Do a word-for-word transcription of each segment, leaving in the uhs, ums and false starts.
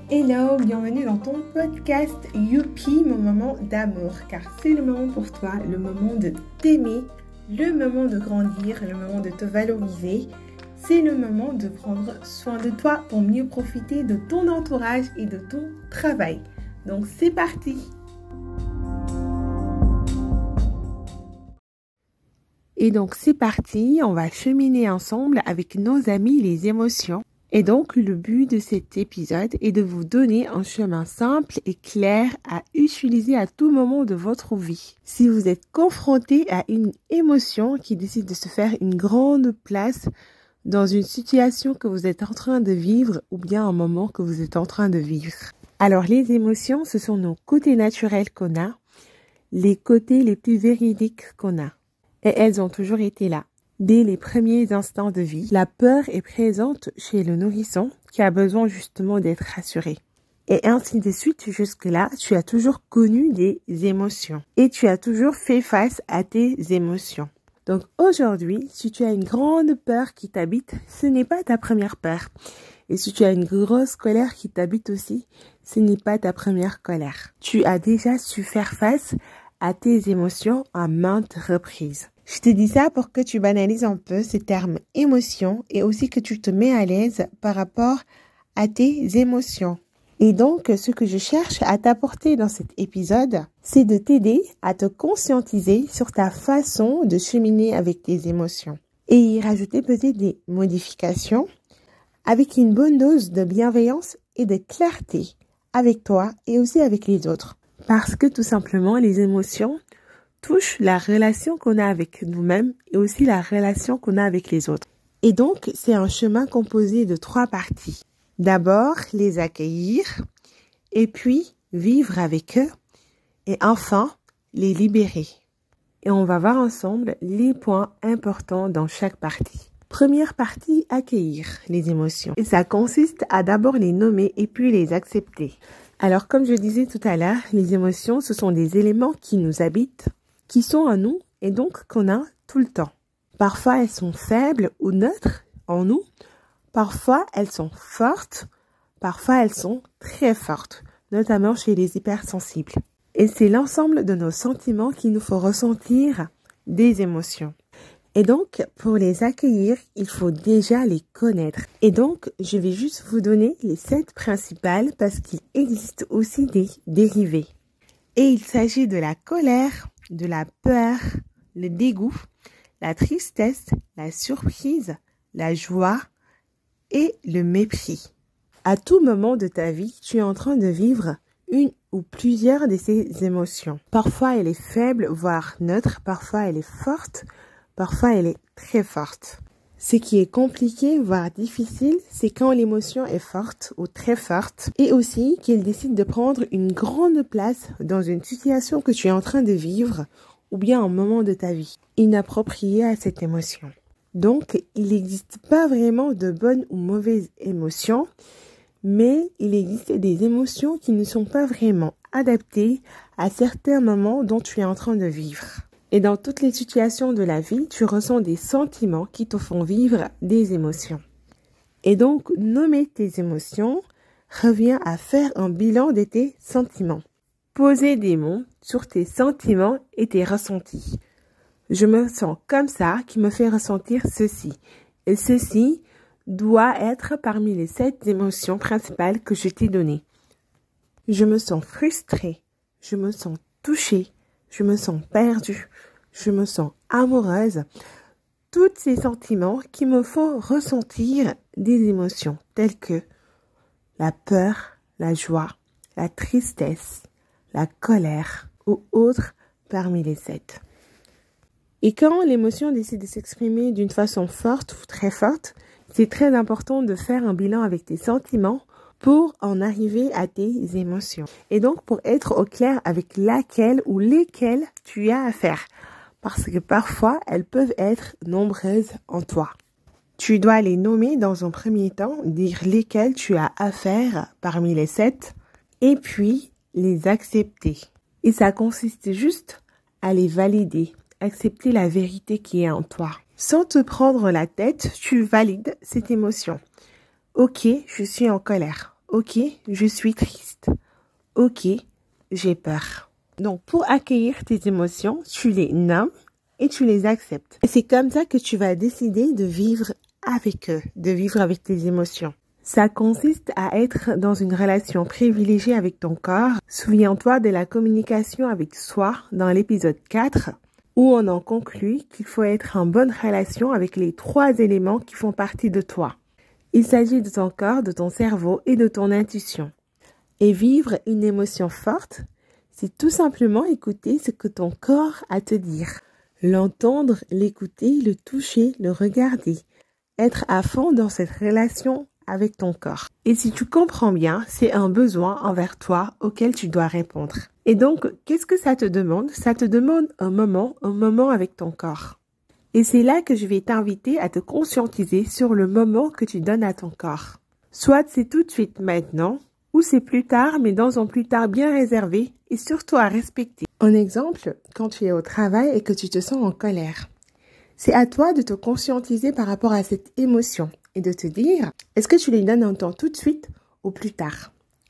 Hello, bienvenue dans ton podcast Youpi, mon moment d'amour, car c'est le moment pour toi, le moment de t'aimer, le moment de grandir, le moment de te valoriser. C'est le moment de prendre soin de toi pour mieux profiter de ton entourage et de ton travail. Donc c'est parti! Et donc c'est parti, on va cheminer ensemble avec nos amis les émotions. Et donc, le but de cet épisode est de vous donner un chemin simple et clair à utiliser à tout moment de votre vie. Si vous êtes confronté à une émotion qui décide de se faire une grande place dans une situation que vous êtes en train de vivre ou bien un moment que vous êtes en train de vivre. Alors, les émotions, ce sont nos côtés naturels qu'on a, les côtés les plus véridiques qu'on a. Et elles ont toujours été là. Dès les premiers instants de vie, la peur est présente chez le nourrisson qui a besoin justement d'être rassuré. Et ainsi de suite, jusque-là, tu as toujours connu des émotions. Et tu as toujours fait face à tes émotions. Donc aujourd'hui, si tu as une grande peur qui t'habite, ce n'est pas ta première peur. Et si tu as une grosse colère qui t'habite aussi, ce n'est pas ta première colère. Tu as déjà su faire face à tes émotions à maintes reprises. Je te dis ça pour que tu banalises un peu ces termes émotions et aussi que tu te mets à l'aise par rapport à tes émotions. Et donc, ce que je cherche à t'apporter dans cet épisode, c'est de t'aider à te conscientiser sur ta façon de cheminer avec tes émotions et y rajouter peut-être des modifications avec une bonne dose de bienveillance et de clarté avec toi et aussi avec les autres. Parce que tout simplement, les émotions touche la relation qu'on a avec nous-mêmes et aussi la relation qu'on a avec les autres. Et donc, c'est un chemin composé de trois parties. D'abord, les accueillir, et puis vivre avec eux, et enfin, les libérer. Et on va voir ensemble les points importants dans chaque partie. Première partie, accueillir les émotions. Et ça consiste à d'abord les nommer et puis les accepter. Alors, comme je disais tout à l'heure, les émotions, ce sont des éléments qui nous habitent, qui sont en nous et donc qu'on a tout le temps. Parfois, elles sont faibles ou neutres en nous. Parfois, elles sont fortes. Parfois, elles sont très fortes, notamment chez les hypersensibles. Et c'est l'ensemble de nos sentiments qu'il nous faut ressentir des émotions. Et donc, pour les accueillir, il faut déjà les connaître. Et donc, je vais juste vous donner les sept principales parce qu'il existe aussi des dérivés. Et il s'agit de la colère, de la peur, le dégoût, la tristesse, la surprise, la joie et le mépris. À tout moment de ta vie, tu es en train de vivre une ou plusieurs de ces émotions. Parfois, elle est faible, voire neutre. Parfois, elle est forte. Parfois, elle est très forte. Ce qui est compliqué, voire difficile, c'est quand l'émotion est forte ou très forte et aussi qu'elle décide de prendre une grande place dans une situation que tu es en train de vivre ou bien un moment de ta vie inapproprié à cette émotion. Donc, il n'existe pas vraiment de bonnes ou mauvaises émotions, mais il existe des émotions qui ne sont pas vraiment adaptées à certains moments dont tu es en train de vivre. Et dans toutes les situations de la vie, tu ressens des sentiments qui te font vivre des émotions. Et donc, nommer tes émotions revient à faire un bilan de tes sentiments. Poser des mots sur tes sentiments et tes ressentis. Je me sens comme ça qui me fait ressentir ceci. Et ceci doit être parmi les sept émotions principales que je t'ai données. Je me sens frustrée. Je me sens touchée. Je me sens perdue, je me sens amoureuse. Tous ces sentiments qui me font ressentir des émotions telles que la peur, la joie, la tristesse, la colère ou autres parmi les sept. Et quand l'émotion décide de s'exprimer d'une façon forte ou très forte, c'est très important de faire un bilan avec tes sentiments pour en arriver à tes émotions. Et donc, pour être au clair avec laquelle ou lesquelles tu as à faire. Parce que parfois, elles peuvent être nombreuses en toi. Tu dois les nommer dans un premier temps, dire lesquelles tu as à faire parmi les sept, et puis les accepter. Et ça consiste juste à les valider, accepter la vérité qui est en toi. Sans te prendre la tête, tu valides cette émotion. Ok, je suis en colère. ok, je suis triste. Ok, j'ai peur. Donc, pour accueillir tes émotions, tu les nommes et tu les acceptes. Et c'est comme ça que tu vas décider de vivre avec eux, de vivre avec tes émotions. Ça consiste à être dans une relation privilégiée avec ton corps. Souviens-toi de la communication avec soi dans l'épisode quatre, où on en conclut qu'il faut être en bonne relation avec les trois éléments qui font partie de toi. Il s'agit de ton corps, de ton cerveau et de ton intuition. Et vivre une émotion forte, c'est tout simplement écouter ce que ton corps a à te dire. L'entendre, l'écouter, le toucher, le regarder. Être à fond dans cette relation avec ton corps. Et si tu comprends bien, c'est un besoin envers toi auquel tu dois répondre. Et donc, qu'est-ce que ça te demande? Ça te demande un moment, un moment avec ton corps. Et c'est là que je vais t'inviter à te conscientiser sur le moment que tu donnes à ton corps. Soit c'est tout de suite maintenant, ou c'est plus tard, mais dans un plus tard bien réservé et surtout à respecter. Un exemple, quand tu es au travail et que tu te sens en colère. C'est à toi de te conscientiser par rapport à cette émotion et de te dire, est-ce que tu lui donnes un temps tout de suite ou plus tard?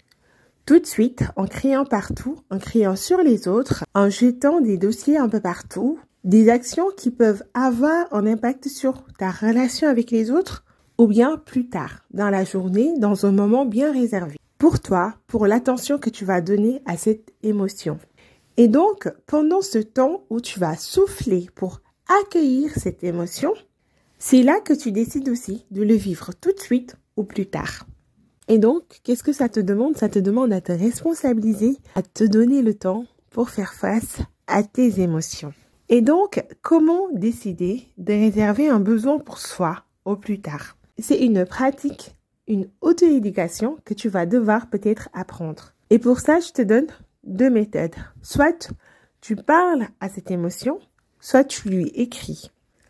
Tout de suite, en criant partout, en criant sur les autres, en jetant des dossiers un peu partout, des actions qui peuvent avoir un impact sur ta relation avec les autres, ou bien plus tard, dans la journée, dans un moment bien réservé. Pour toi, pour l'attention que tu vas donner à cette émotion. Et donc, pendant ce temps où tu vas souffler pour accueillir cette émotion, c'est là que tu décides aussi de le vivre tout de suite ou plus tard. Et donc, qu'est-ce que ça te demande? Ça te demande à te responsabiliser, à te donner le temps pour faire face à tes émotions. Et donc, comment décider de réserver un besoin pour soi au plus tard? C'est une pratique, une auto-éducation que tu vas devoir peut-être apprendre. Et pour ça, je te donne deux méthodes. Soit tu parles à cette émotion, soit tu lui écris.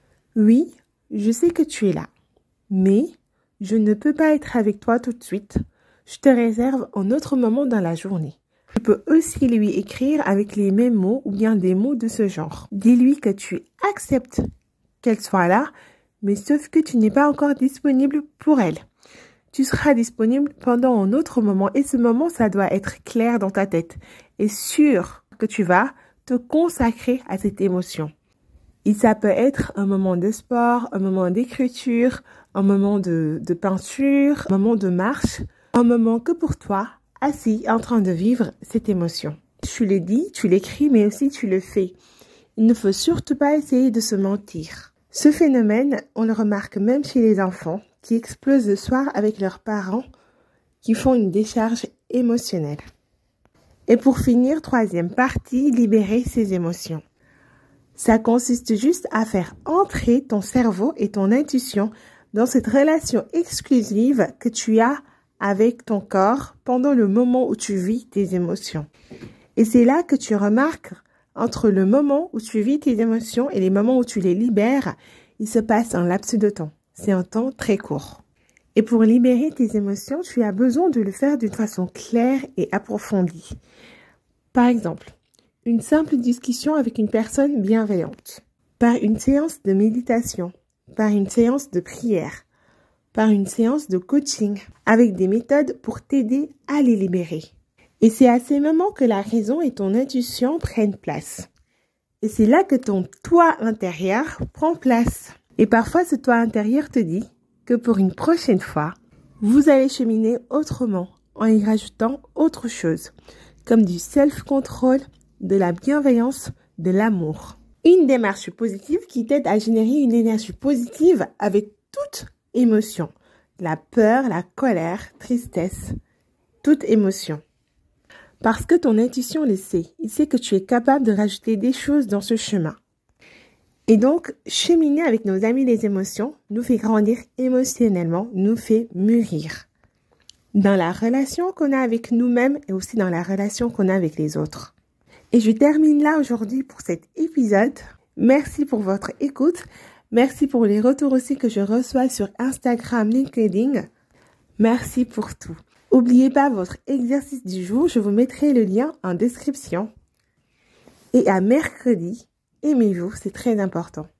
Oui, je sais que tu es là, mais je ne peux pas être avec toi tout de suite. Je te réserve un autre moment dans la journée. Tu peux aussi lui écrire avec les mêmes mots ou bien des mots de ce genre. Dis-lui que tu acceptes qu'elle soit là, mais sauf que tu n'es pas encore disponible pour elle. Tu seras disponible pendant un autre moment et ce moment, ça doit être clair dans ta tête et sûr que tu vas te consacrer à cette émotion. Et ça peut être un moment de sport, un moment d'écriture, un moment de, de peinture, un moment de marche, un moment que pour toi, assis, en train de vivre cette émotion. Tu le dis, tu l'écris, mais aussi tu le fais. Il ne faut surtout pas essayer de se mentir. Ce phénomène, on le remarque même chez les enfants qui explosent le soir avec leurs parents qui font une décharge émotionnelle. Et pour finir, troisième partie, libérer ses émotions. Ça consiste juste à faire entrer ton cerveau et ton intuition dans cette relation exclusive que tu as avec ton corps pendant le moment où tu vis tes émotions. Et c'est là que tu remarques entre le moment où tu vis tes émotions et les moments où tu les libères, il se passe un laps de temps. C'est un temps très court. Et pour libérer tes émotions, tu as besoin de le faire d'une façon claire et approfondie. Par exemple, une simple discussion avec une personne bienveillante, par une séance de méditation, par une séance de prière, par une séance de coaching, avec des méthodes pour t'aider à les libérer. Et c'est à ces moments que la raison et ton intuition prennent place. Et c'est là que ton toi intérieur prend place. Et parfois, ce toi intérieur te dit que pour une prochaine fois, vous allez cheminer autrement en y rajoutant autre chose, comme du self-control, de la bienveillance, de l'amour. Une démarche positive qui t'aide à générer une énergie positive avec toute émotion. La peur, la colère, tristesse, toute émotion. Parce que ton intuition le sait. Il sait que tu es capable de rajouter des choses dans ce chemin. Et donc, cheminer avec nos amis les émotions nous fait grandir émotionnellement, nous fait mûrir. Dans la relation qu'on a avec nous-mêmes et aussi dans la relation qu'on a avec les autres. Et je termine là aujourd'hui pour cet épisode. Merci pour votre écoute. Merci pour les retours aussi que je reçois sur Instagram, LinkedIn. Merci pour tout. N'oubliez pas votre exercice du jour. Je vous mettrai le lien en description. Et à mercredi, aimez-vous, c'est très important.